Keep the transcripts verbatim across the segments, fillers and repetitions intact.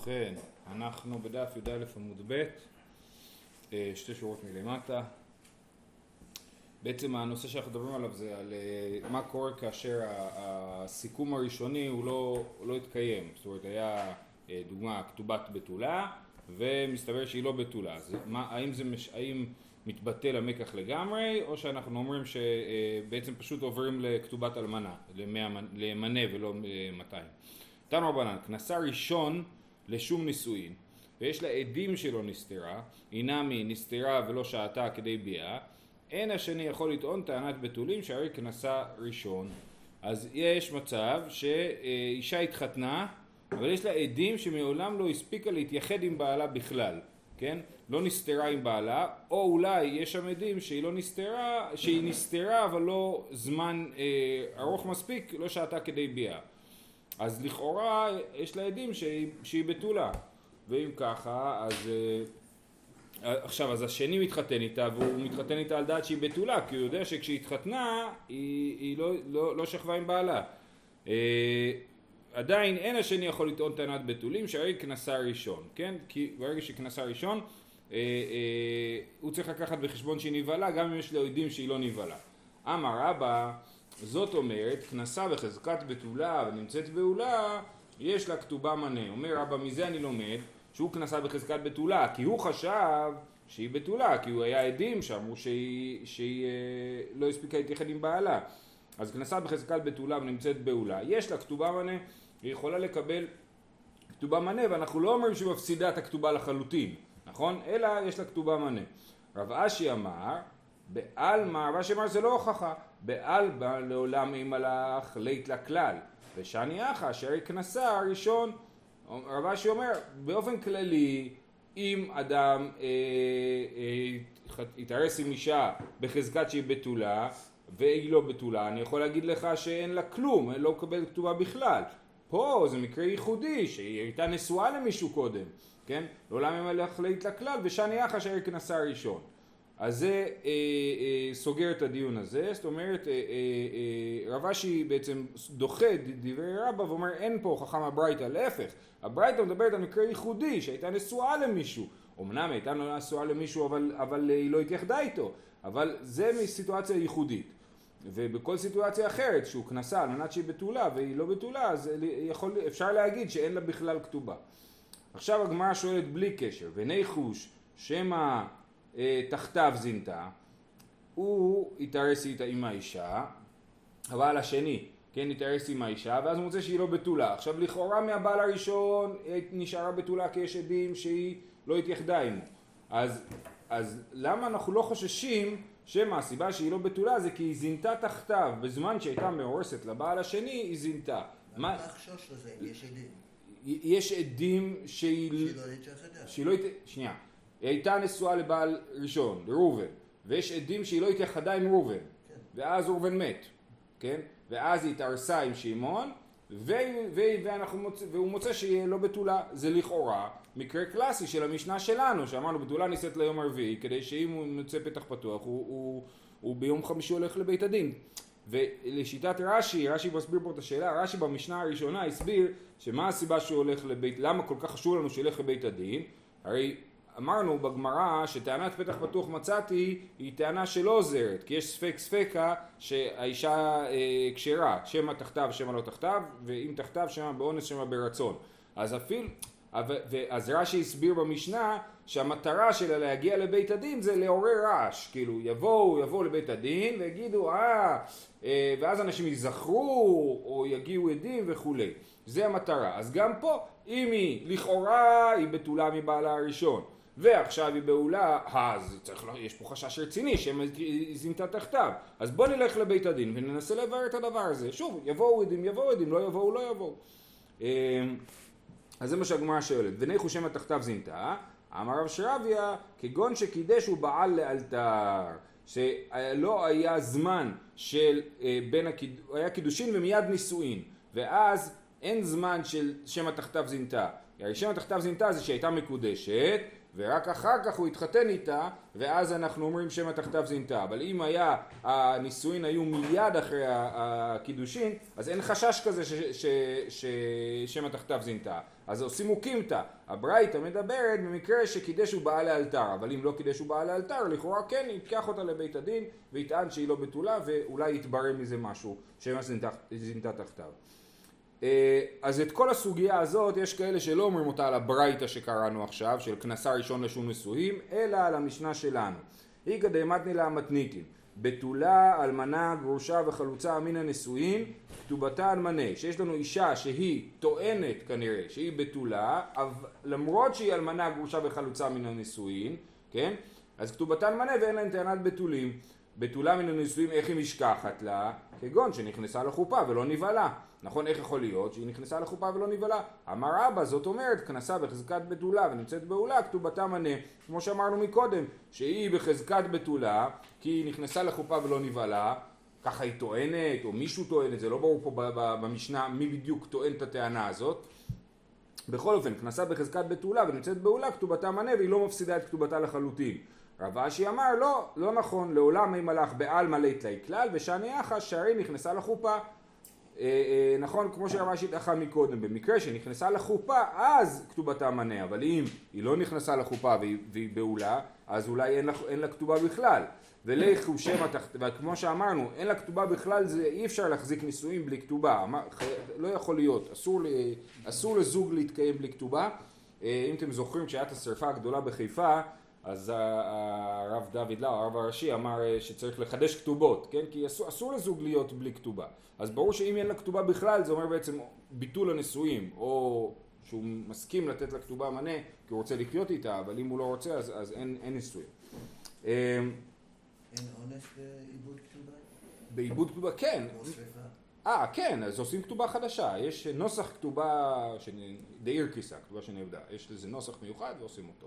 ובכן, אנחנו בדף י"א עמוד ב', שתי שורות מלמטה. בעצם הנושא שאנחנו מדברים עליו זה על מה קורה כאשר הסיכום הראשוני הוא לא, הוא לא התקיים. זאת אומרת, היה דוגמה כתובת בתולה ומסתבר שהיא לא בתולה. אז מה, האם זה מש, האם מתבטל המקח לגמרי, או שאנחנו אומרים שבעצם פשוט עוברים לכתובת אלמנה, למנה ולא מאתיים. תנו רבנן, כנסה ראשון לשום נישואין, ויש לה עדים שלא נסתרה, אינמי נסתרה ולא שעתה כדי ביאה, אין השני יכול לטעון טענת בתולים שהרי כנסה ראשון. אז יש מצב שאישה התחתנה, אבל יש לה עדים שמעולם לא הספיקה להתייחד עם בעלה בכלל, כן? לא נסתרה עם בעלה, או אולי יש שם עדים שהיא לא נסתרה, שהיא נסתרה אבל לא זמן אה, ארוך מספיק, לא שעתה כדי ביאה. אז לכאורה יש לה עדים שהיא, שהיא בתולה, ואם ככה, אז עכשיו, אז השני מתחתן איתה, והוא מתחתן איתה על דעת שהיא בתולה, כי הוא יודע שכשהיא התחתנה, היא, היא לא, לא, לא שכבה עם בעלה. אה, עדיין אין השני יכול לטעון טענת בתולים, שהרי כנסה ראשון, כן? כי ברגע שכנסה ראשון, אה, אה, הוא צריך לקחת בחשבון שהיא נבעלה, גם אם יש לו עדים שהיא לא נבעלה. אמר רבא, זאת אומרת, כנסה בחזקת בתולה ונמצאת בעולה, יש לה כתובה מנה. אומר רבא, מזה אני לומד שהוא כנסה בחזקת בתולה, כי הוא חשב שהיא בתולה, כי הוא היה עדים שאמרו שהיא, שהיא אה, לא הספיקה להתייחד עם בעלה. אז כנסה בחזקת בתולה ונמצאת בעולה, יש לה כתובה מנה, היא יכולה לקבל כתובה מנה, ואנחנו לא אומרים שהיא מפסידה את הכתובה לחלוטין, נכון? אלא יש לה כתובה מנה. רב אשי אמר, בעלמא, רב אשי אמר זה לא הוכחה, בעלמא לעולם אם הלך לית לכלל, ושאני אחא שהרי כנסה הראשון. רב אשי אומר, באופן כללי, אם אדם אה, אה, יתארס עם אישה בחזקת שהיא בתולה, והיא לא בתולה, אני יכול להגיד לך שאין לה כלום, לא מקבל כתובה בכלל. פה זה מקרה ייחודי, שהיא הייתה נשואה למישהו קודם, כן? לעולם אם הלך לית לכלל, ושאני אחא שהרי כנסה הראשון. אז זה אה, אה, סוגר את הדיון הזה, זאת אומרת, אה, אה, רב אשי בעצם דוחה דברי רבא ואומר אין פה הוכחה מהברייתא, להפך, הברייתא מדברת על מקרה ייחודי שהייתה נשואה למישהו, אמנם הייתה נשואה למישהו אבל, אבל היא לא התייחדה איתו, אבל זה מסיטואציה ייחודית, ובכל סיטואציה אחרת שהוא כנסה על מנת שהיא בתולה והיא לא בתולה, אז יכול, אפשר להגיד שאין לה בכלל כתובה. עכשיו הגמרא שואלת בלי קשר, וניחוש שמה תחתיו זינתה, הוא התארס איתה עם האישה, אבל השני, כן, התארס עם האישה, ואז הוא מוצא שהיא לא בתולה. עכשיו לכאורה מהבעל הראשון נשארה בתולה כי יש עדים שהיא לא התייחדה עמו. אז, אז למה אנחנו לא חוששים שמה הסיבה שהיא לא בתולה זה כי היא זינתה תחתיו, בזמן שהייתה מאורסת לבעל השני היא זינתה. מה אתה חשוש לזה אם יש עדים? יש עדים שהיא... שהיא לא התייחדה. שהיא לא התייחדה, שנייה. היא הייתה נשואה לבעל ראשון, לראובן, ויש עדים שהיא לא התייחדה עם ראובן, כן. ואז ראובן מת, כן? ואז היא התארסה עם שמעון, ו- ו- ואנחנו מוצא, והוא מוצא שהיא לא בתולה. זה לכאורה מקרה קלאסי של המשנה שלנו, שאמרנו בתולה נישאת ליום הרביעי, כדי שאם הוא מוצא פתח פתוח, הוא, הוא, הוא ביום חמישי הולך לבית הדין. ולשיטת רש"י, רש"י מסביר פה את השאלה, רש"י במשנה הראשונה הסביר שמה הסיבה שהוא הולך לבית, למה כל כך חשוב לנו שילך לבית הדין, הרי אמרנו בגמרא שטענת פתח פתוח מצאתי היא טענה שלא עוזרת, כי יש ספק ספקה שהאישה אה, כשרה, שמה תחתיו שמה לא תחתיו, ואם תחתיו שמה באונס שמה ברצון. אז אפילו, אז רש"י הסביר במשנה שהמטרה שלה להגיע לבית הדין זה לעורר רעש, כאילו יבואו, יבואו לבית הדין ויגידו אה, אה ואז אנשים יזכרו או יגיעו עדים וכולי. זה המטרה. אז גם פה, אם היא לכאורה היא בתולה מבעלה הראשון, ועכשיו היא בעולה, אז צריך, יש פה חשש רציני שהיא זינתה תחתיו. אז בוא נלך לבית הדין וננסה לברר את הדבר הזה. שוב, יבואו עדים, יבואו עדים, לא יבואו, לא יבואו. אז זה מה שהגמרא שואלת. וניחוש שמה תחתיו זינתה, אמר רב שרביה, כגון שקידש הוא בעל לאלתר, שלא היה זמן של בין הקיד... היה קידושין ומיד נישואין, ואז אין זמן של שמה תחתיו זינתה. הרי שמה תחתיו זינתה זה שהייתה מקודשת, ורק אחר כך הוא התחתן איתה, ואז אנחנו אומרים שם התחתיו זינתה. אבל אם היה, הנישואין היו מיד אחרי הקידושין, אז אין חשש כזה ששם התחתיו זינתה. אז עושים מוקימתא. הברייתא מדברת במקרה שקידש הוא באה לאלתר, אבל אם לא קידש הוא באה לאלתר, לכאורה כן, ייקח אותה לבית הדין, ויטען שהיא לא בתולה, ואולי יתברר מזה משהו, שם זינתה תחתיו. אז את כל הסוגיה הזאת יש כאלה שלא אומרים אותה על הברייתא שקראנו עכשיו, של כנסה ראשון לשום נשואים, אלא על המשנה שלנו. איגא דמתני לה מתניתין, בתולה, אלמנה, גרושה וחלוצה מן הנשואים, כתובתה אלמנה, שיש לנו אישה שהיא טוענת כנראה שהיא בתולה, למרות שהיא אלמנה, גרושה וחלוצה מן הנשואים, כן? אז כתובתה אלמנה ואין להן טענת בתולים. בתולה מן הנשואים איך היא משכחת לה? כגון שנכנסה לחופה ולא נבעלה. נכון, איך יכול להיות שהיא נכנסה לחופה ולא נבעלה? אמר אבא, זאת אומרת, כנסה בחזקת בתולה ונמצאת בעולה, כתובתה מנה, כמו שאמרנו מקודם, שהיא בחזקת בתולה, כי היא נכנסה לחופה ולא נבעלה, ככה היא טוענת, או מישהו טוען את זה, לא ברור פה במשנה מי בדיוק טוען את הטענה הזאת. בכל אופן, כנסה בחזקת בתולה ונמצאת בעולה, כתובתה מנה, והיא לא מפסידה את כתובתה לחלוטין. רב אשי אמר, לא, לא נכון, לעולם אם הלך בעל מלאת לי כלל, ושעני אחש שהרי נכנסה לחופה. אה, אה, נכון, כמו שרב אשי דחה מקודם, במקרה שנכנסה לחופה, אז כתובתה מנה, אבל אם היא לא נכנסה לחופה והיא, והיא בעולה, אז אולי אין לה, אין לה כתובה בכלל. ולכו שם התחת, וכמו שאמרנו, אין לה כתובה בכלל, זה אי אפשר להחזיק נישואים בלי כתובה, לא יכול להיות, אסור, אסור לזוג להתקיים בלי כתובה. אם אתם זוכרים, כשהייתה השרפה הגדולה בחיפה, אז הרב דוד לאו, הרב הראשי, אמר שצריך לחדש כתובות, כן? כי אסור, אסור לזוג להיות בלי כתובה. אז ברור שאם אין לה כתובה בכלל, זה אומר בעצם ביטול הנישואים, או שהוא מסכים לתת לה כתובה מנה, כי הוא רוצה לחיות איתה, אבל אם הוא לא רוצה, אז, אז אין, אין נישואים. אין עונש בעיבוד כתובה? בעיבוד כתובה, כן. כמו שריפה? אה, כן, אז עושים כתובה חדשה. יש נוסח כתובה, דאיר כיסה, כתובה שנעבדה. יש לזה נוסח מיוחד ועושים אותו.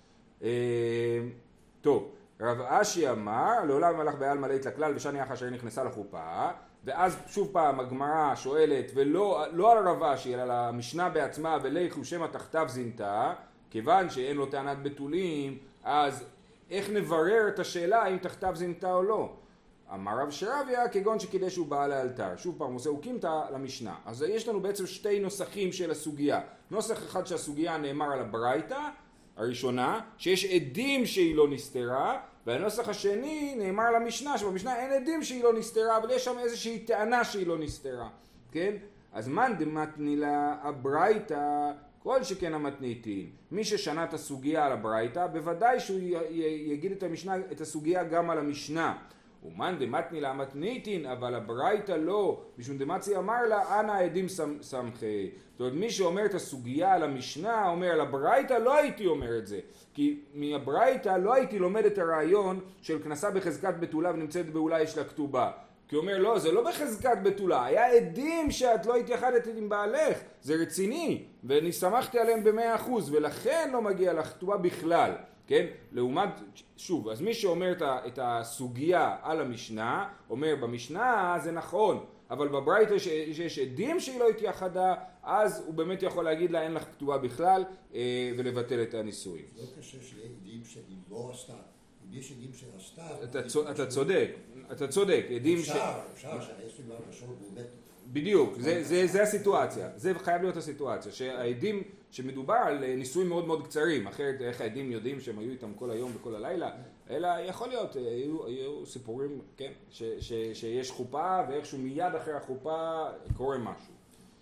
טוב, רב אשי אמר, לעולם הלך בעל מלאת לכלל ושעני אחש שהיא נכנסה לחופה, ואז שוב פעם הגמרא שואלת, ולא לא על רב אשי, אלא על המשנה בעצמה, ולכו שמא תחתיו זינתה, כיוון שאין לו טענת בתולים, אז איך נברר את השאלה אם תחתיו זינתה או לא? אמר רב שרביה, כגון שקידש הוא בא לאלתר. שוב פעם, עושה הוקימתא למשנה. אז יש לנו בעצם שתי נוסחים של הסוגיה. נוסח אחד שהסוגיה נאמר על הברייתא, הראשונה, שיש עדים שהיא לא נסתרה, והנוסח השני נאמר למשנה, שבמשנה אין עדים שהיא לא נסתרה, אבל יש שם איזושהי טענה שהיא לא נסתרה. כן? אז מן דמתני לה הברייתא, כל שכן המתניתין. מי ששנה את הסוגיה על הברייתא, בוודאי שהוא יגיד את המשנה, את הסוגיה גם על המשנה. ומן דמתני לה המתניתין, אבל הברייתא לא, משום דמצי אמר לה, אנא העדים סמכי. זאת אומרת, מי שאומר את הסוגיה על המשנה, אומר על הברייתא, לא הייתי אומר את זה. כי מהברייתא לא הייתי לומד את הרעיון של כנסה בחזקת בתולה ונמצאת בעולה יש לה כתובה. כי הוא אומר, לא, זה לא בחזקת בתולה, היה עדים שאת לא התייחדת עם בעלך, זה רציני, ואני שמחתי עליהם במאה אחוז, ולכן לא מגיע לך כתובה בכלל. כן? לעומת, שוב, אז מי שאומר את הסוגיה על המשנה, אומר במשנה זה נכון, אבל בברייתא שיש עדים שהיא לא התייחדה, אז הוא באמת יכול להגיד לה אין לך כתובה בכלל ולבטל את הנישואים. לא קשה שיהיה עדים שהיא לא עשתה, אם יש עדים שעשתה... אתה צודק, אתה צודק, עדים ש... אפשר, אפשר, שיש לי מהרשות באמת... בדיוק, זה, זה, זה הסיטואציה, זה חייב להיות הסיטואציה, שהעדים שמדובר על נישואים מאוד מאוד קצרים, אחרת איך העדים יודעים שהם היו איתם כל היום וכל הלילה, אלא יכול להיות, היו, היו סיפורים, כן, ש, ש, שיש חופה ואיכשהו מיד אחרי החופה קורה משהו.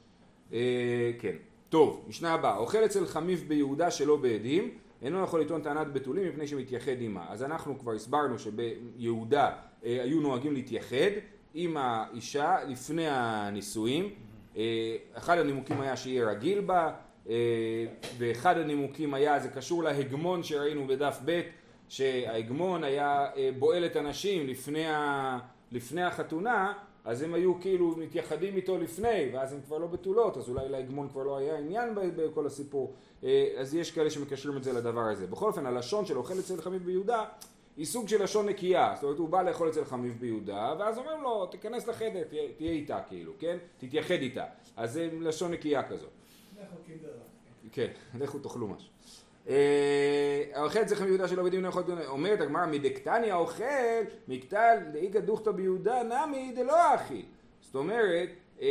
אה, כן, טוב, משנה הבאה, אוכל אצל חמיף ביהודה שלא בעדים, אינו יכול לטעון טענת בתולים מפני שמתייחד עימה. אז אנחנו כבר הסברנו שביהודה אה, היו נוהגים להתייחד, עם האישה לפני הנישואים. אחד הנימוקים היה שיהיה רגיל בה, ואחד הנימוקים היה, זה קשור להגמון שראינו בדף ב', שההגמון היה בועל את הנשים לפני, ה... לפני החתונה, אז הם היו כאילו מתייחדים איתו לפני, ואז הם כבר לא בתולות, אז אולי להגמון כבר לא היה עניין בכל הסיפור. אז יש כאלה שמקשרים את זה לדבר הזה. בכל אופן, הלשון של אוכל אצל חמיף ביהודה, היא סוג של לשון נקייה, זאת אומרת הוא בא לאכול אצל חמיף ביהודה, ואז אומרים לו תיכנס לחדר, תהיה, תהיה איתה כאילו, כן? תתייחד איתה. אז זה לשון נקייה כזאת. לכו כיברה. כן, לכו תאכלו משהו. האוכל אצלכם ביהודה שלא בדין יכול להיות, אומרת הגמרא מדקתני האוכל מקטל דאיגא דוכתא ביהודה נמי דלא אחי. זאת אומרת,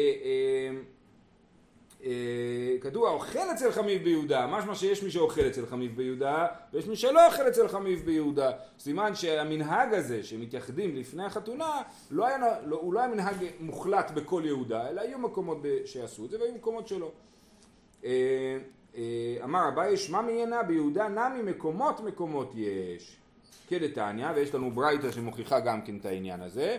כתוב האוכל אצל חמיב ביהודה, משמע שיש מי שאוכל אצל חמיב ביהודה ויש מי שלא אוכל אצל חמיב ביהודה. סימן שהמנהג הזה שמתייחדים לפני החתונה לא היה, לא, הוא לא היה מנהג מוחלט בכל יהודה, אלא היו מקומות שעשו את זה והיו מקומות שלא. אמר אביי שמע מיינה ביהודה נמי מקומות מקומות יש כדתניא, ויש לנו ברייתא שמוכיחה גם כן את העניין הזה.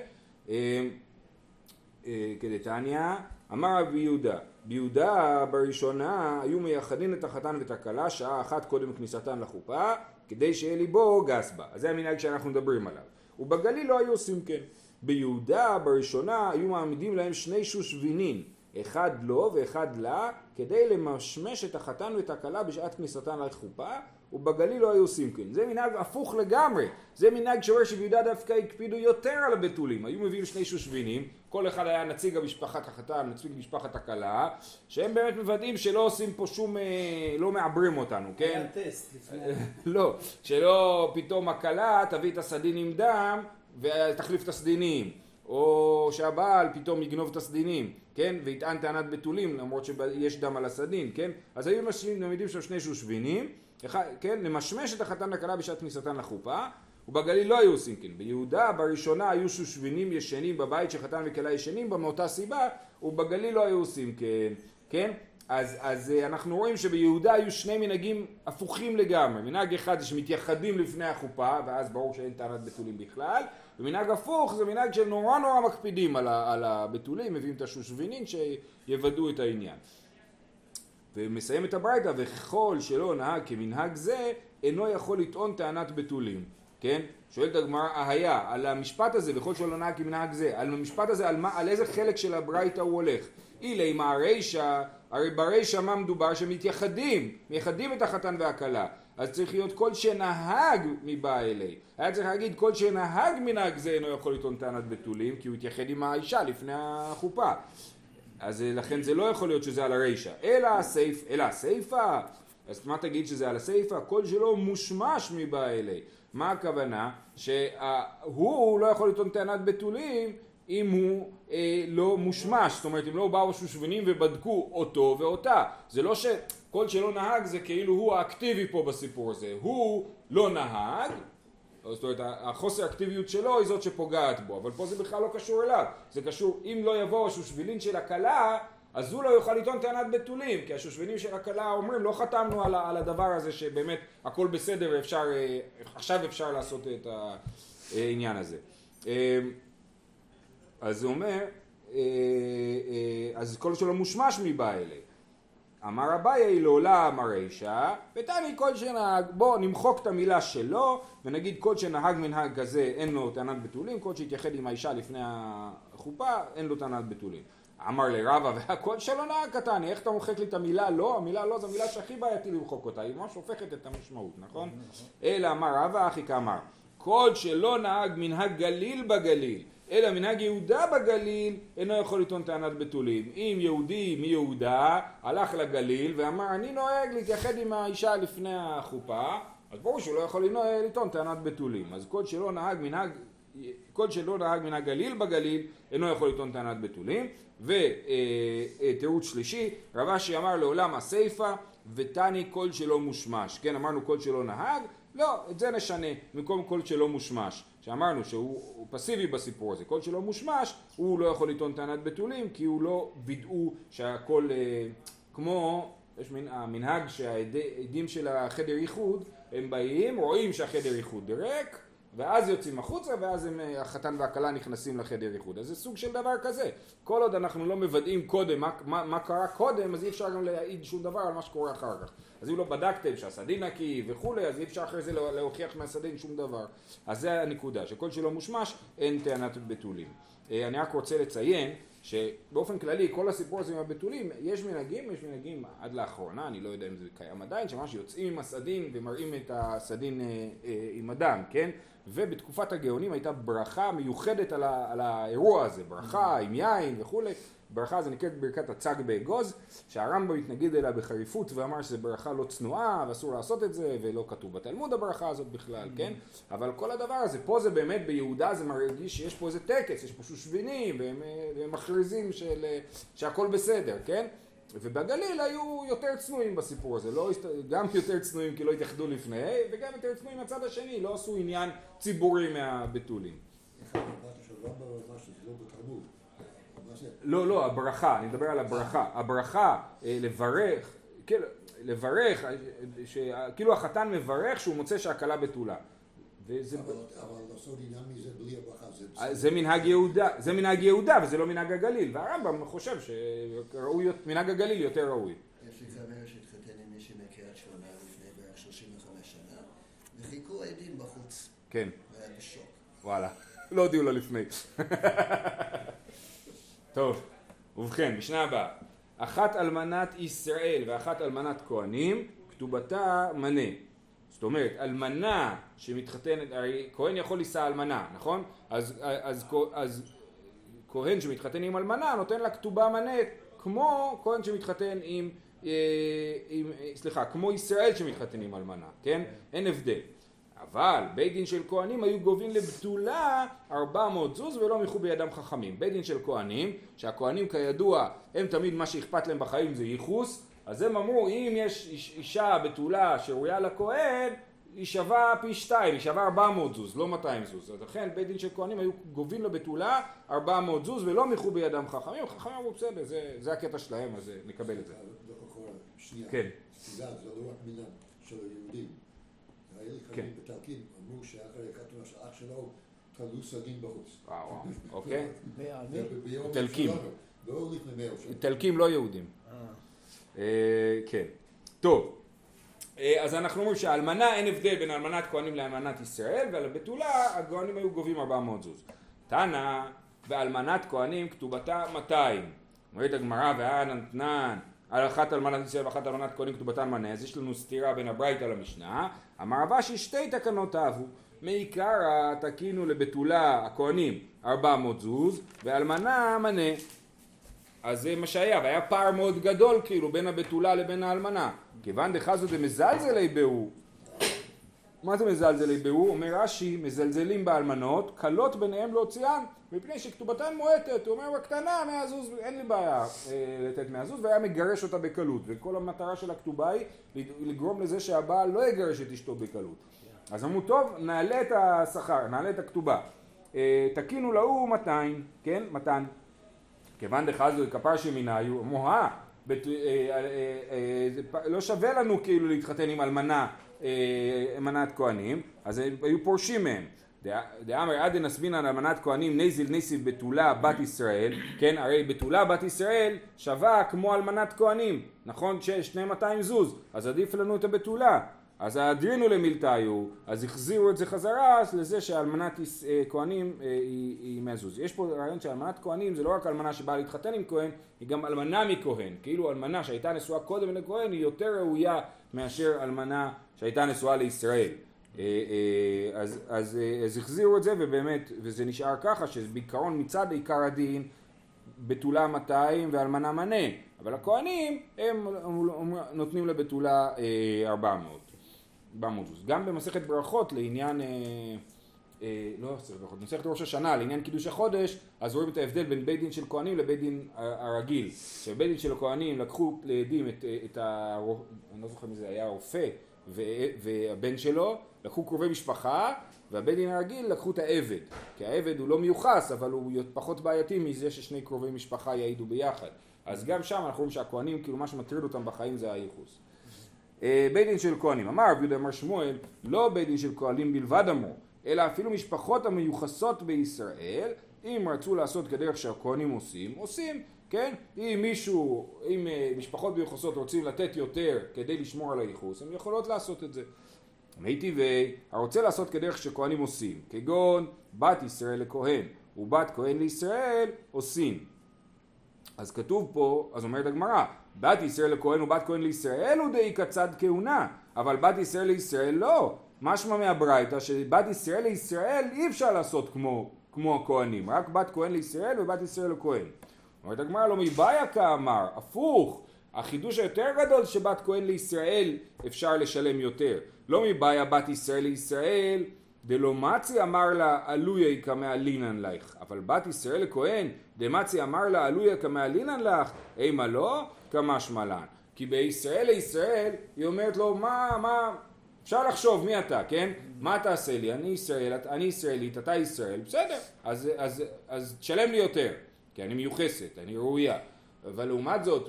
כדתניא אמר רבי יהודה, ביהודה בראשונה היו מייחדים את החתן ואת הכלה שעה אחת קודם כניסתן לחופה כדי שיהיה ליבו גס בה. אז זה המנהג שאנחנו מדברים עליו. ובגליל לא היו עושים כן. ביהודה בראשונה היו מעמידים להם שני שושבינים, אחד לו ואחד לה, כדי למשמש את החתן ואת הכלה בשעת כניסתן לחופה, ובגליל לא היו עושים כן. זה מנהג הפוך לגמרי. זה מנהג שאומר שביהודה דווקא הקפידו יותר על הבתולים. היו מביאים שני שושבינים, כל אחד היה נציג המשפחת החתן, נציג משפחת הכלה, שהם באמת מוודאים שלא עושים פה שום, לא מעברים אותנו, כן? היה טסט לפני. לא, שלא פתאום הכלה תביא את הסדין עם דם ותחליף את הסדינים. או שהבעל פתאום יגנוב את הסדינים, כן? ויטען טענת בתולים, למרות שיש דם על הסדין, כן? אז היו מעמידים שם שני שושבינים, כן? למשמש את החתן לכלה בשעת כניסתן לחופה, ובגליל לא היו עושים כן. ביהודה בראשונה היו שושבינים ישנים בבית שחתן וכלה ישנים בה מאותה סיבה, ובגליל לא היו עושים כן, כן? אז, אז אנחנו רואים שביהודה היו שני מנהגים הפוכים לגמרי. מנהג אחד זה שמתייחדים לפני החופה, ואז ברור שאין טענת בתולים בכלל, ומנהג הפוך זה מנהג שנורא נורא מקפידים על, ה, על הבתולים, מביאים את השושבינים שיוודאו את העניין. ומסיים את הברייתא, וכל שלא נהג כמנהג זה, אינו יכול לטעון טענת בתולים. כן? שואלת הגמרא, היה, על המשפט הזה, וכל שלא נהג כמנהג זה, על המשפט הזה, על, מה, על איזה חלק של הברייתא הוא הולך? אילי מה הרישא, הרי ברישא מה מדובר? שמתייחדים, מייחדים את החתן והכלה. אז צריך להיות כל שנהג מבא אלי. היה צריך להגיד כל שנהג מנהג זה אינו יכול לטעון טענת בתולים, כי הוא התייחד עם האישה לפני החופה. אז לכן זה לא יכול להיות שזה על הרישא. אלא הסייף, אלא הסייפה. אז מה תגיד שזה על הסייפה? כל שלא מושמש מבא אלי. מה הכוונה? שהוא לא יכול לטעון טענת בתולים אם הוא אה, לא מושמש. זאת אומרת, אם לא באו שושבינים ובדקו אותו ואותה. זה לא שכל שלא נהג זה כאילו הוא האקטיבי פה בסיפור הזה. הוא לא נהג, זאת אומרת, החוסר האקטיביות שלו היא זאת שפוגעת בו, אבל פה זה בכלל לא קשור אליו. זה קשור, אם לא יבוא השושבינים של הכלה, אז הוא לא יוכל לטעון טענת בתולים, כי השושבינים של הכלה אומרים, לא חתמנו על, על הדבר הזה שבאמת הכל בסדר ואפשר, עכשיו אפשר לעשות את העניין הזה. אז זה אומר, אז כל שלא מושמש מבא אלי. אמר אביי לעולם הרישא, ותני כל שנהג, בוא נמחוק את המילה שלו, ונגיד כל שנהג מנהג כזה אין לו טענת בתולים, כל שהתייחד עם האישה לפני החופה אין לו טענת בתולים. אמר לרבא, והכל שלא נהג קטני, איך אתה מוחק לי את המילה לא? המילה לא זו המילה שהכי בעייתי למחוק אותה, היא ממש הופכת את המשמעות, נכון? אלא אמר רבא, אחי כאמר, כל שלא נהג מנהג גליל בגליל, אלא מנהג יהודה בגליל אינו יכול לטעון טענת בתולים. אם יהודי מיהודה הלך לגליל ואמר אני נוהג להתייחד עם האישה לפני החופה, אז ברור שהוא לא יכול לטעון טענת בתולים. אז כל שלא נהג מנהג, כל שלא נהג מנהג גליל בגליל אינו יכול לטעון טענת בתולים. ותירוץ שלישי, רב אשי אמר לעולם הסייפה ותני כל שלא מושמש. כן, אמרנו כל שלא נהג, לא, את זה נשנה, במקום כל שלא מושמש. שאמרנו שהוא פסיבי בסיפור הזה, כל שלא מושמש, הוא לא יכול לטעון טענת בתולים, כי הוא לא וידאו שהכל, אה, כמו, יש מנ, המנהג שהעדים של החדר ייחוד, הם באים, רואים שהחדר ייחוד ריק, ואז יוצאים החוצה, ואז הם, החתן והכלה נכנסים לחדר ייחוד. אז זה סוג של דבר כזה. כל עוד אנחנו לא מוודאים קודם מה, מה, מה קרה קודם, אז אי אפשר גם להעיד שום דבר על מה שקורה אחר כך. אז אם לא בדקתם שהסדין נקי וכולי, אז אי אפשר אחרי זה להוכיח מהסדין שום דבר. אז זה הנקודה, שכל שלא מושמש, אין טענת בתולים. אני רק רוצה לציין שבאופן כללי, כל הסיפור הזה עם הבתולים, יש מנהגים, יש מנהגים עד לאחרונה, אני לא יודע אם זה קיים עדיין, שממש יוצאים עם הסדין ומראים את הסדין עם הדם, כן? ובתקופת הגאונים הייתה ברכה מיוחדת על, ה, על האירוע הזה, ברכה עם יין וכולי, ברכה זה נקראת ברכת הצג באגוז, שהרמב"ם התנגד אליה בחריפות ואמר שזה ברכה לא צנועה ואסור לעשות את זה, ולא כתוב בתלמוד הברכה הזאת בכלל, כן? אבל כל הדבר הזה, פה זה באמת ביהודה זה מרגיש שיש פה איזה טקס, יש פה שושבינים, והם, והם מכריזים של, שהכל בסדר, כן? ובגליל היו יותר צנועים בסיפור הזה, לא, גם יותר צנועים כי לא התייחדו לפני, וגם יותר צנועים מהצד השני, לא עשו עניין ציבורי מהבתולים. לא, לא, הברכה, אני מדבר על הברכה. הברכה, לברך, לברך, כאילו החתן מברך שהוא מוצא שהכלה בתולה. אבל לעשות עניין מזה בלי הברכה זה... זה מנהג יהודה, זה מנהג יהודה וזה לא מנהג הגליל, והרמב"ם חושב שמנהג הגליל יותר ראוי. יש לי חבר שהתחתן עם מישהי מקריית שמונה לפני בערך שלושים וחמש שנה, וחיכו עדים בחוץ. כן. והיה בשוק. וואלה, לא הודיעו לו לפני. טוב, ובכן, משנה הבאה. אחת אלמנת ישראל ואחת אלמנת כהנים, כתובתה מנה. זאת אומרת, אלמנה שמתחתנת, הרי כהן יכול לישא אלמנה, נכון? אז, אז, אז, אז כהן שמתחתן עם אלמנה נותן לה כתובה מנה, כמו כהן שמתחתן עם, עם, סליחה, כמו ישראל שמתחתן עם אלמנה, כן? אין הבדל. אבל בית דין של כהנים היו גובים לבתולה ארבע מאות זוז ולא מיחו בידם חכמים. בית דין של כהנים, שהכהנים כידוע הם תמיד מה שאכפת להם בחיים זה ייחוס, אז הם אמרו אם יש אישה בתולה שראויה לכהן היא שווה פי שתיים, היא שווה ארבע מאות זוז, לא מאתיים זוז. אז לכן בית דין של כהנים היו גובים לבתולה ארבע מאות זוז ולא מיחו בידם חכמים. חכמים אמרו בסדר, זה, זה הקטע שלהם, אז נקבל את זה. שנייה, כן. זה לא רק מנהג של היהודים. היה לי חברים בטלקים, אמרו שאחרי הכתונה של אח שלו תלו סדין בחוץ. וואו, אוקיי. ביום טלקים. לא לפני מאה שנה. טלקים לא יהודים. כן. טוב. אז אנחנו אומרים שהאלמנה אין הבדל בין אלמנת כהנים לאלמנת ישראל, ועל הבתולה הכהנים היו גובים ארבע מאות זוז. תנא ואלמנת כהנים כתובתה מאתיים. אומרת הגמרא והנתנן על אחת אלמנת ישראל ואחת אלמנת כהנים כתובתן מנה, אז יש לנו סתירה בין הברייתא למשנה. אמר רבשי שתי תקנות אהבו, מעיקרא תקינו לבתולה הכהנים ארבע מאות זוז ואלמנה מנה. אז זה מה שהיה, והיה פער מאוד גדול כאילו בין הבתולה לבין האלמנה. כיוון דחזו דמזלזלי בהו. מה זה מזלזלי בהו? אומר רש"י, מזלזלים באלמנות, קלות ביניהם להוציאן, מפני שכתובתן מועטת. הוא אומר, בקטנה, מאה זוז, אין לי בעיה אה, לתת מאה זוז, והיה מגרש אותה בקלות. וכל המטרה של הכתובה היא לגרום לזה שהבעל לא יגרש את אשתו בקלות. אז אמרו, טוב, נעלה את השכר, נעלה את הכתובה. אה, תקינו להוא מאתיים, כן? מתן. כיוון דחזו כפר שמיניו, אמרו, אה, בת, אה, אה, אה, לא שווה לנו כאילו להתחתן עם אלמנה, אמנת כהנים, אז היו פורשים מהם. דאמר עד נסבינן אלמנת כהנים נזיל נסיב בתולה בת ישראל, כן, הרי בתולה בת ישראל שווה כמו אלמנת כהנים, נכון? שני מאתיים זוז, אז עדיף לנו את הבתולה. אז הדרינו למילתאיו, אז החזירו את זה חזרה לזה שאלמנת כהנים היא, היא מהזוז. יש פה רעיון שאלמנת כהנים זה לא רק אלמנה שבאה להתחתן עם כהן, היא גם אלמנה מכהן. כאילו אלמנה שהייתה נשואה קודם לכהן היא יותר ראויה מאשר אלמנה שהייתה נשואה לישראל. אז, אז, אז החזירו את זה ובאמת, וזה נשאר ככה שבעיקרון מצד עיקר הדין בתולה מאתיים ואלמנה מנה. אבל הכהנים הם נותנים לבתולה ארבע מאות. גם במסכת ברכות לעניין, אה, אה, לא מסכת ברכות, במסכת ראש השנה לעניין קידוש החודש, אז רואים את ההבדל בין בית דין של כהנים לבית דין הרגיל. שבית דין של הכהנים לקחו לידים את, את ה... אני לא זוכר מי זה היה, הרופא והבן שלו, לקחו קרובי משפחה, והבית דין הרגיל לקחו את העבד. כי העבד הוא לא מיוחס, אבל הוא פחות בעייתי מזה ששני קרובי משפחה יעידו ביחד. אז גם שם אנחנו רואים שהכהנים, כאילו מה שמטריד אותם בחיים זה הייחוס. בית דין של כהנים, אמר רבי יהודה אמר שמואל, לא בית דין של כהנים בלבד אמרו, אלא אפילו משפחות המיוחסות בישראל, אם רצו לעשות כדרך שהכהנים עושים, עושים, כן? אם מישהו, אם משפחות מיוחסות רוצים לתת יותר כדי לשמור על הייחוס, הם יכולות לעשות את זה. מי טבעי, הרוצה לעשות כדרך שכהנים עושים, כגון בת ישראל לכהן ובת כהן לישראל עושים. אז כתוב פה, אז אומרת הגמרא, בת ישראל לכהן ובת כהן לישראל הוא די כצד כהונה, אבל בת ישראל לישראל לא. משמע מהברייתא שבת ישראל לישראל אי אפשר לעשות כמו, כמו הכהנים, רק בת כהן לישראל ובת ישראל לכהן. אומרת הגמרא לא מבעיה כאמר, הפוך, החידוש היותר גדול שבת כהן לישראל אפשר לשלם יותר. לא מבעיה בת ישראל לישראל, דלא מצי אמר לה עלויה כמעלינן לך, אבל בת ישראל לכהן, דמצי אמר לה עלויה כמעלינן לך, אימה לא, כמשמע לן. כי בישראל לישראל היא אומרת לו, מה, מה, אפשר לחשוב מי אתה, כן? מה תעשה לי? אני ישראל, אני ישראלית, אתה ישראל, בסדר, אז, אז, אז תשלם לי יותר, כי אני מיוחסת, אני ראויה. אבל לעומת זאת,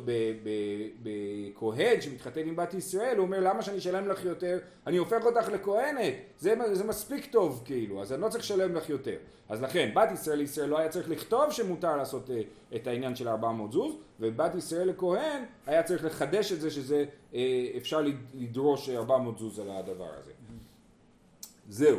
בכהן שמתחתן עם בת ישראל, הוא אומר, למה שאני אשלם לך יותר? אני הופך אותך לכהנת, זה, זה מספיק טוב כאילו, אז אני לא צריך לשלם לך יותר. אז לכן, בת ישראל לישראל לא היה צריך לכתוב שמותר לעשות את העניין של ארבע מאות זוז, ובת ישראל לכהן היה צריך לחדש את זה, שזה אפשר לדרוש ארבע מאות זוז על הדבר הזה. זהו.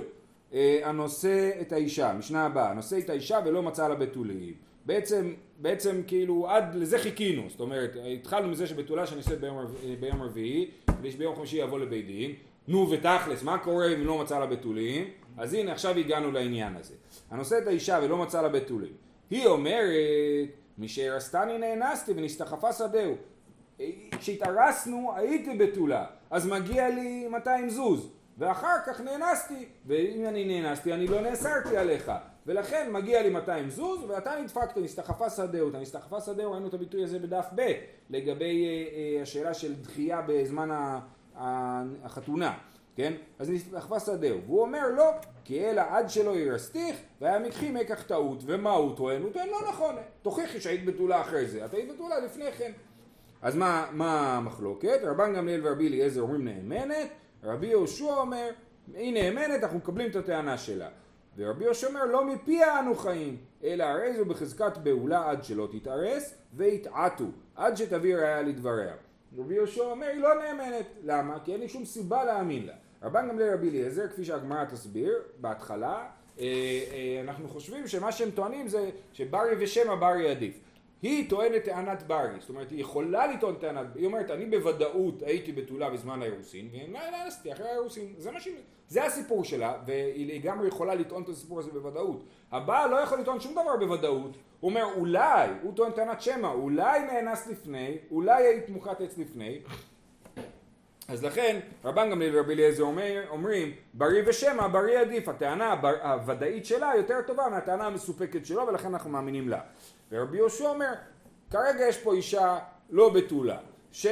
הנושא את האישה, משנה הבאה, הנושא את האישה ולא מצא לה בתולים. בעצם, בעצם כאילו עד לזה חיכינו, זאת אומרת, התחלנו מזה שבתולה שאני עושה ביום, ביום רביעי, כדי שביום חמישי יבוא לבית דין, נו ותכלס, מה קורה אם לא מצא לה בתולים? אז הנה עכשיו הגענו לעניין הזה. הנושא את האישה ולא מצא לה בתולים. היא אומרת, משהרסתני נאנסתי ונסתחפה שדהו. כשהתארסנו הייתי בתולה, אז מגיע לי מאתיים זוז, ואחר כך נאנסתי, ואם אני נאנסתי אני לא נאסרתי עליך. ולכן מגיע לי מאתיים זוז, ואתה נדפקת, נסתחפה שדהו. נסתחפה שדהו, ראינו את הביטוי הזה בדף ב' לגבי אה, אה, השאלה של דחייה בזמן ה, ה, החתונה, כן? אז נסתחפה שדהו. והוא אומר לא, כי אלא עד שלא ירסתיך, והיה מקחי מקח טעות. ומה הוא טוען? הוא טוען לא נכון, תוכיחי שהיית בתולה אחרי זה, אתה היית בתולה לפני כן. אז מה, מה המחלוקת? רבן גמליאל ורבי אליעזר אומרים נאמנת, רבי יהושע אומר, היא נאמנת, אנחנו מקבלים את הטענה שלה. ורבי יהושע אומר, לא מפיה אנו חיים, אלא הרי זו בחזקת בעולה עד שלא תתארס, והתעתו, עד שתביא ראיה לדבריה. רבי יהושע אומר, היא לא נאמנת. למה? כי אין לי שום סיבה להאמין לה. רבן גמליאל רבי אליעזר, כפי שהגמרא תסביר, בהתחלה, אה, אה, אנחנו חושבים שמה שהם טוענים זה שברי ושמא ברי עדיף. היא טוענת טענת ברי, זאת אומרת, היא יכולה לטעון טענת, היא אומרת, אני בוודאות הייתי בתולה בזמן האירוסין, והיא נאנסתי אחרי האירוסין, זה, ש... זה הסיפור שלה, והיא גם יכולה לטעון את הסיפור הזה בוודאות. הבעל לא יכול לטעון שום דבר בוודאות, הוא אומר, אולי, הוא טוען טענת שמא, אולי נאנס לפני, אולי היית מוכת עץ לפני, אז לכן, רבן גמליאל ורבי אליעזר אומר, אומרים, ברי ושמא, ברי עדיף, הטענה הוודאית שלה יותר טובה מהטענה המסופקת שלו, ולכן אנחנו מאמינים לה. ורבי יהושע אומר, כרגע יש פה אישה לא בתולה, ש...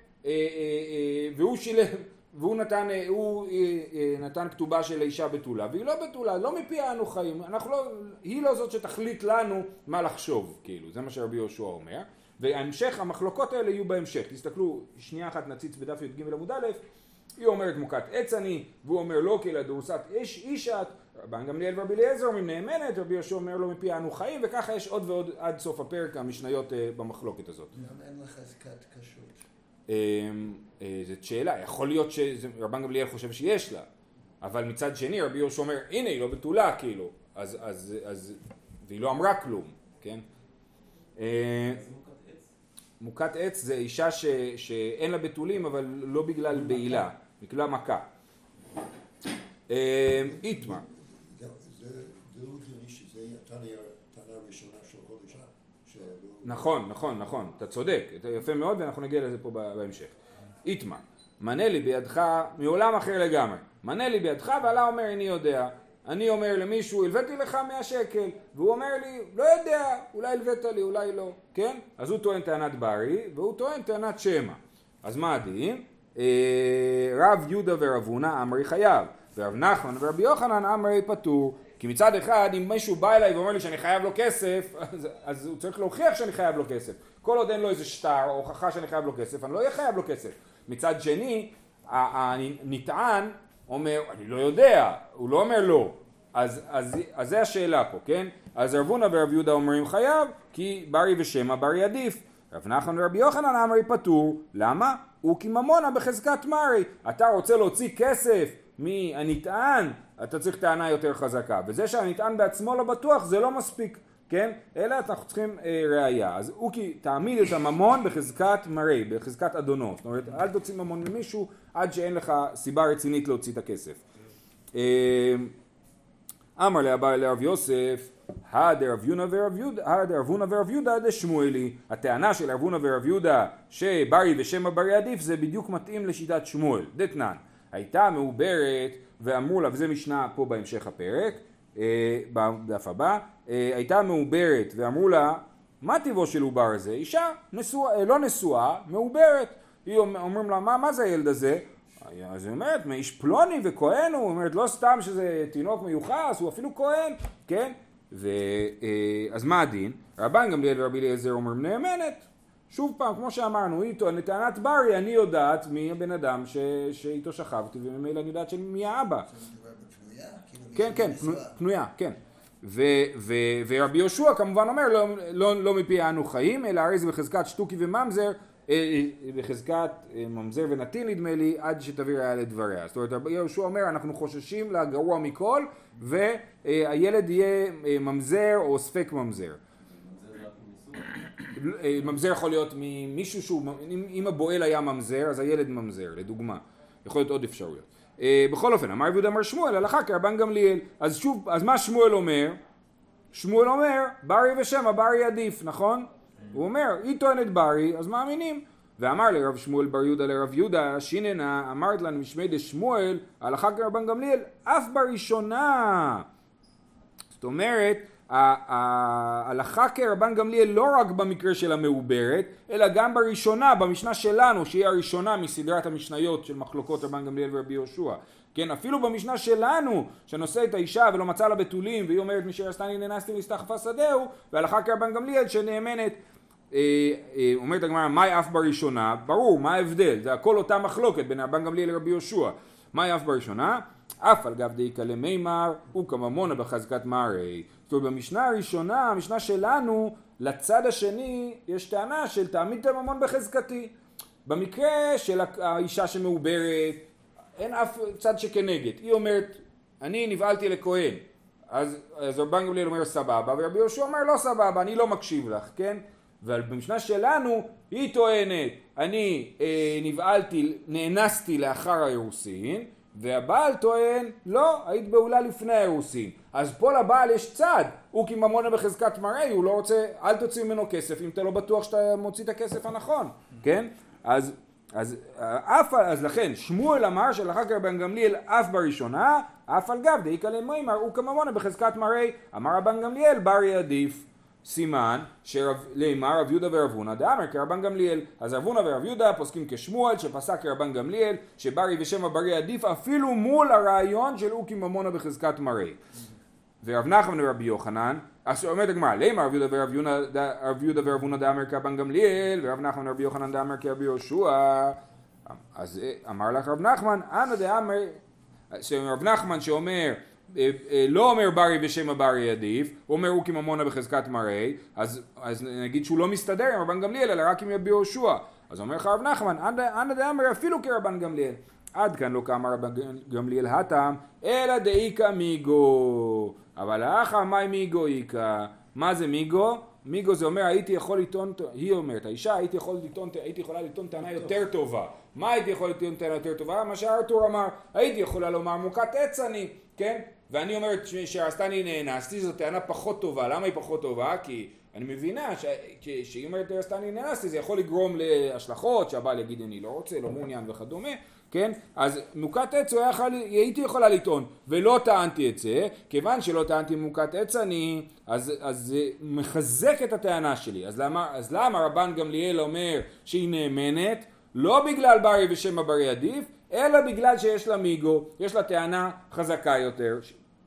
והוא שילם, והוא נתן, הוא נתן כתובה של האישה בתולה, והיא לא בתולה, לא מפיה אנו חיים, אנחנו לא, היא לא זאת שתחליט לנו מה לחשוב, כאילו, זה מה שרבי יהושע אומר. וההמשך, המחלוקות האלה יהיו בהמשך. תסתכלו, שנייה אחת נציץ בדף י"ג עמוד א', היא אומרת מוכת עץ אני, והוא אומר לא כי לדורסת איש איש את, רבן גמליאל ורבי אליעזר אומרים נאמנת, רבי יהושע אומר לא מפיה אנו חיים, וככה יש עוד ועוד עד סוף הפרק המשניות במחלוקת הזאת. למה אין לך חזקת כשרות? זאת שאלה, יכול להיות שרבן גמליאל חושב שיש לה, אבל מצד שני רבי יהושע אומר הנה היא לא בתולה כאילו, אז, אז, אז, והיא לא אמרה כלום, כן? מוכת עץ זה אישה ש, שאין לה בתולים אבל לא בגלל בעילה, בגלל מכה. איתמה. זה לא הגיוני שזה טענה ראשונה של כל אישה. נכון, נכון, נכון, אתה צודק, אתה יפה מאוד ואנחנו נגיע לזה פה בהמשך. איתמה, מנה לי בידך מעולם אחר לגמרי, מנה לי בידך ועלה אומר איני יודע. אני אומר למישהו, הלוויתי לך מאה שקל, והוא אומר לי, לא יודע, אולי הלווית לי, אולי לא, כן? אז הוא טוען טענת ברי, והוא טוען טענת שמא. אז מה הדין? אה, רב יהודה ורב הונא אמרי חייב, ורב נחמן ורבי יוחנן אמרי פטור, כי מצד אחד, אם מישהו בא אליי ואומר לי שאני חייב לו כסף, אז, אז הוא צריך להוכיח שאני חייב לו כסף. כל עוד אין לו איזה שטר או הוכחה שאני חייב לו כסף, אני לא אהיה חייב לו כסף. מצד שני, הנטען אומר, אני לא יודע, הוא לא אומר לא. אז, אז, אז זה השאלה פה, כן? אז רב הונא ורב יהודה אומרים חייב, כי ברי ושמא ברי עדיף. רב נחמן ורבי יוחנן אמרי פטור, למה? הוא כי ממונה בחזקת מרי. אתה רוצה להוציא כסף מהנטען, אתה צריך טענה יותר חזקה. וזה שהנטען בעצמו לא בטוח, זה לא מספיק, כן? אלא אנחנו צריכים אה, ראייה. אז הוא כי תעמיד את הממון בחזקת מרי, בחזקת אדונו. זאת אומרת, אל תוציא ממון ממישהו עד שאין לך סיבה רצינית להוציא את הכסף. אה, אמר לאביי לרב יוסף, הדר אביונה ורב יהודה, הדר אבונה ורב יהודה דשמואלי. הטענה של אבונה ורב יהודה שברי ושמא ברי עדיף זה בדיוק מתאים לשיטת שמואל. דתנן, הייתה מעוברת ואמרו לה, וזה משנה פה בהמשך הפרק, בדף הבא, הייתה מעוברת ואמרו לה, מה טבעו של עובר הזה? אישה נשואה, לא נשואה, מעוברת. היא אומרים לה, מה, מה זה הילד הזה? אז היא אומרת, מאיש פלוני וכהן הוא, אומרת, לא סתם שזה תינוק מיוחס, הוא אפילו כהן, כן? ו, אז מה הדין? רבן גמליאל ורבי אליעזר אומרים, נאמנת. שוב פעם, כמו שאמרנו, איתו, לטענת ברי, אני יודעת מי הבן אדם ש, שאיתו שכבתי, וממילא אני יודעת מי האבא. כן, כן, פנויה, כן. ו, ו, ורבי יהושע כמובן אומר, לא, לא, לא מפי אנו חיים, אלא הרי זה בחזקת שטוקי וממזר, בחזקת ממזר ונתין נדמה לי, עד שתביא ראיה לדבריה. זאת אומרת, רבי יהושע אומר, אנחנו חוששים לגרוע מכל, והילד יהיה ממזר או ספק ממזר. ממזר יכול להיות ממישהו שהוא, אם הבועל היה ממזר, אז הילד ממזר, לדוגמה. יכול להיות עוד אפשרויות. בכל אופן, אמר יהודה אמר שמואל, הלכה כרבן גמליאל. אז שוב, אז מה שמואל אומר? שמואל אומר, ברי ושמא ברי עדיף, נכון? הוא אומר, היא טוענת ברי, אז מאמינים. ואמר לרב שמואל בר יהודה לרב יהודה, שיננה, אמרת לנו משמי דשמואל, הלכה כרבן גמליאל, אף בראשונה. זאת אומרת, ההלכה כרבן גמליאל לא רק במקרה של המעוברת, אלא גם בראשונה, במשנה שלנו, שהיא הראשונה מסדרת המשניות של מחלוקות רבן גמליאל ורבי יהושע. כן, אפילו במשנה שלנו, שנושא את האישה ולא מצא לה בתולים, והיא אומרת מי שעשתני נאנסתי והסתחפה שדהו, והלכה כרבן גמליאל שנאמנת, אה, אה, אומרת הגמרא, מהי אף בראשונה? ברור, מה ההבדל? זה הכל אותה מחלוקת בין רבן גמליאל לרבי יהושע. מהי אף בראשונה? אף על גב דאיכא למימר וכממונה בחזקת מרי. זאת אומרת, במשנה הראשונה, המשנה שלנו, לצד השני יש טענה של תעמיד את הממון בחזקתי. במקרה של האישה שמעוברת, אין אף צד שכנגד. היא אומרת, אני נבעלתי לכהן. אז, אז רבן גמליאל אומר סבבה, ורבי יהושע אומר לא סבבה, אני לא מקשיב לך, כן? ובמשנה שלנו היא טוענת, אני אה, נבעלתי, נאנסתי לאחר האירוסין, והבעל טוען, לא, היית בעולה לפני האירוסין. אז פה לבעל יש צד, הוא כממונה בחזקת מראי, הוא לא רוצה, אל תוציא ממנו כסף, אם אתה לא בטוח שאתה מוציא את הכסף הנכון, כן? אז, אז, אף, אז לכן, שמואל אמר שלאחר כרבן גמליאל אף בראשונה, אף על גב דאיכא למימר, הוא כממונה בחזקת מראי, אמר רבן גמליאל, ברי עדיף. סימן שלאמר רב יהודה ורב הונא דאמר כרבן גמליאל. אז רב הונא ורב יהודה פוסקים כשמואל שפסק כרבן גמליאל שברי ושמא ברי עדיף אפילו מול הרעיון של אוקי ממונה בחזקת מראי. ורב נחמן ורבי יוחנן, אז אומרת הגמרא, לאמר רב יהודה ורב הונא דאמר כרבן גמליאל ורב נחמן ורבי יוחנן דאמר כרבי יהושע. אז אמר לך רב נחמן, אנא דאמר, רב נחמן שאומר לא אומר ברי ושמא ברי עדיף, הוא אומר הוא כממונה בחזקת מראי, אז, אז נגיד שהוא לא מסתדר עם רבן גמליאל אלא רק עם רבי יהושע. אז אומר לך רב נחמן, אנא דאמר אפילו כרבן גמליאל. עד כאן לא כאמר רבן גמליאל הטעם, אלא דאיכא מיגו. אבל האחא מאי מיגו איכא. מה זה מיגו? מיגו זה אומר הייתי יכול לטעון, היא אומרת, האישה הייתי, יכול לטעון, הייתי יכולה לטעון טענה יותר טובה. מה הייתי יכול לטעון טענה יותר טובה? מה שארתור אמר, הייתי יכולה לומר מוכת עץ אני, כן? ואני אומרת שעשתני נאנסתי, זו טענה פחות טובה. למה היא פחות טובה? כי אני מבינה שהיא אומרת שעשתני נאנסתי, זה יכול לגרום להשלכות, שהבעל יגיד אני לא רוצה, לא מעוניין וכדומה, כן? אז מוכת עץ הייתי יכולה לטעון, ולא טענתי את זה, כיוון שלא טענתי מוכת עץ אני, אז, אז זה מחזק את הטענה שלי. אז למה, אז למה רבן גמליאל אומר שהיא נאמנת? לא בגלל ברי ושמא ברי עדיף, אלא בגלל שיש לה מיגו, יש לה טענה חזקה יותר.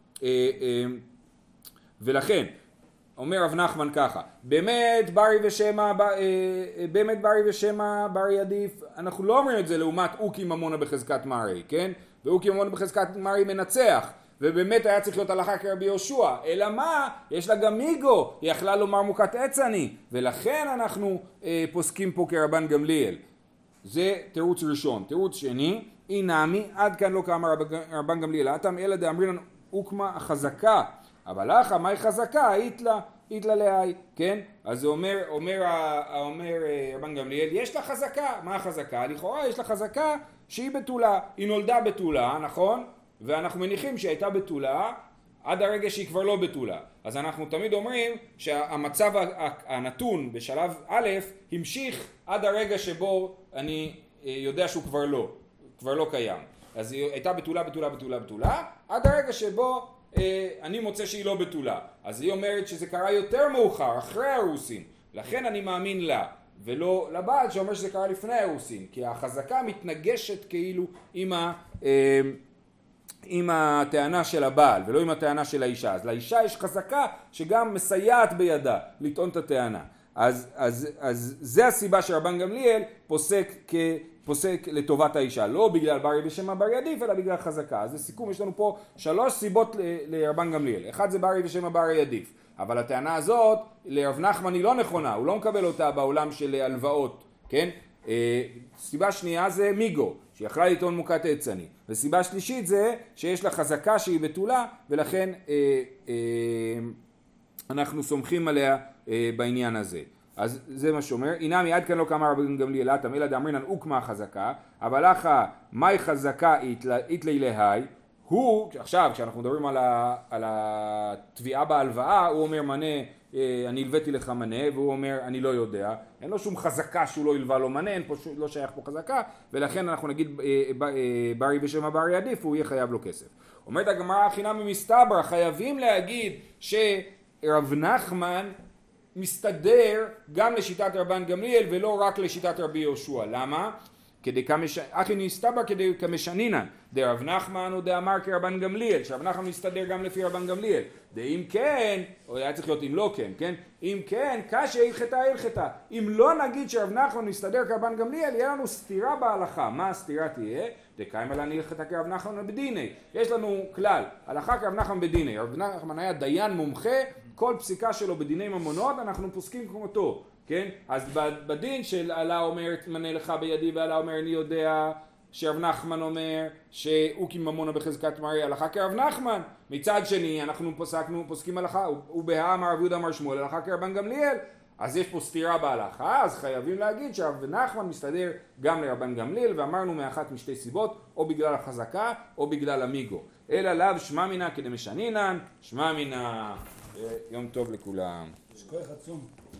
ולכן, אומר רב נחמן ככה, באמת ברי ושמא, באמת ברי ושמא ברי עדיף, אנחנו לא אומרים את זה לעומת אוקי ממונה בחזקת מראי, כן? ואוקי ממונה בחזקת מראי מנצח, ובאמת היה צריך להיות הלכה כרבי יהושע, אלא מה? יש לה גם מיגו, היא יכלה לומר מוכת עץ אני, ולכן אנחנו אה, פוסקים פה כרבן גמליאל. זה תירוץ ראשון. תירוץ שני, אינמי, עד כאן לא כאמר רבן גמליאל, הטעם אלא דאמרינן אוקמה חזקה, אבל אחא מהי חזקה? איתלה, איתלה להי, כן? אז זה אומר, אומר, אומר רבן גמליאל, יש לה חזקה. מה החזקה? לכאורה יש לה חזקה שהיא בתולה, היא נולדה בתולה, נכון? ואנחנו מניחים שהיא הייתה בתולה, עד הרגע שהיא כבר לא בתולה. אז אנחנו תמיד אומרים שהמצב הנתון בשלב א' המשיך עד הרגע שבו אני יודע שהוא כבר לא, כבר לא קיים. אז היא הייתה בתולה, בתולה, בתולה, בתולה, עד הרגע שבו אה, אני מוצא שהיא לא בתולה. אז היא אומרת שזה קרה יותר מאוחר, אחרי האירוסין. לכן אני מאמין לה, ולא לבעל שאומר שזה קרה לפני האירוסין. כי החזקה מתנגשת כאילו עם, ה, אה, עם הטענה של הבעל, ולא עם הטענה של האישה. אז לאישה יש חזקה שגם מסייעת בידה לטעון את הטענה. אז, אז, אז זה הסיבה שרבן גמליאל פוסק כ... פוסק לטובת האישה, לא בגלל ברי ושמא ברי עדיף, אלא בגלל חזקה. אז לסיכום, יש לנו פה שלוש סיבות לרבן גמליאל. אחד זה ברי ושמא ברי עדיף, אבל הטענה הזאת לרב נחמן היא לא נכונה, הוא לא מקבל אותה בעולם של הלוואות, כן? סיבה שנייה זה מיגו, שיכלה לטעון מוכת עצני. וסיבה שלישית זה שיש לה חזקה שהיא בתולה, ולכן אה, אה, אנחנו סומכים עליה אה, בעניין הזה. אז זה מה שאומר, אינמי עד כאן לא קמה רבן גמליאל אתם אלא דאמרינן הוקמה חזקה, אבל אחא מהי חזקה איתלי להי, הוא, עכשיו כשאנחנו מדברים על, ה, על התביעה בהלוואה, הוא אומר מנה, אני הלוויתי לך מנה, והוא אומר אני לא יודע, אין לו שום חזקה שהוא לא הלווה לו מנה, אין פה, לא שייך פה חזקה, ולכן אנחנו נגיד ברי ושמא ברי עדיף, הוא יהיה חייב לו כסף. אומרת הגמרא חינמי מסתברא, חייבים להגיד שרב נחמן מסתדר גם לשיטת רבן גמליאל ולא רק לשיטת רבי יהושע. למה? כדי כמש... אחי נסתבר כדי כמשנינן דרב נחמן הוא דאמר כרבן גמליאל, שרב נחמן מסתדר גם לפי רבן גמליאל. דאם כן, או היה צריך להיות אם לא כן, כן? אם כן, קשה הלכתה הלכתה. אם לא נגיד שרב נחמן מסתדר כרבן גמליאל, יהיה לנו סתירה בהלכה. מה הסתירה תהיה? דקיימא לן הלכתה כרב נחמן בדיני. יש לנו כלל, הלכה כרב נחמן בדיני. רב נחמן היה דיין מומחה, כל פסיקה שלו בדיני ממונות אנחנו פוסקים כמותו, כן? אז בדין של עלה אומרת מנה לך בידי ועלה אומר אני יודע, שרב נחמן אומר שהוא כממונה בחזקת מרי, הלכה כרב נחמן. מצד שני אנחנו פוסקנו, פוסקים הלכה, ובהא אמר רב יהודה אמר שמואל, הלכה כרבן גמליאל. אז יש פה סתירה בהלכה, אז חייבים להגיד שרב נחמן מסתדר גם לרבן גמליאל, ואמרנו מאחת משתי סיבות, או בגלל החזקה או בגלל המיגו. אלא לאו שמע מינה כדמשנינן, שמע מינה. יום טוב לכולם. יש כוח עצום.